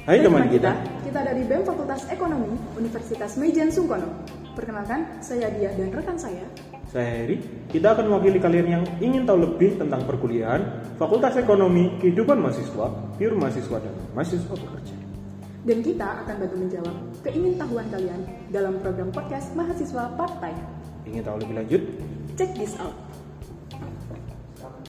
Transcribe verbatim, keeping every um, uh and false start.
Hai teman kita. Kita dari B E M Fakultas Ekonomi Universitas Meijen Sungkono. Perkenalkan, saya Dia dan rekan saya. Saya Heri. Kita akan mewakili kalian yang ingin tahu lebih tentang perkuliahan, Fakultas Ekonomi, kehidupan mahasiswa, pure mahasiswa dan mahasiswa bekerja. Dan kita akan bantu menjawab keingintahuan kalian dalam program podcast Mahasiswa Part-Time. Ingin tahu lebih lanjut? Check this out.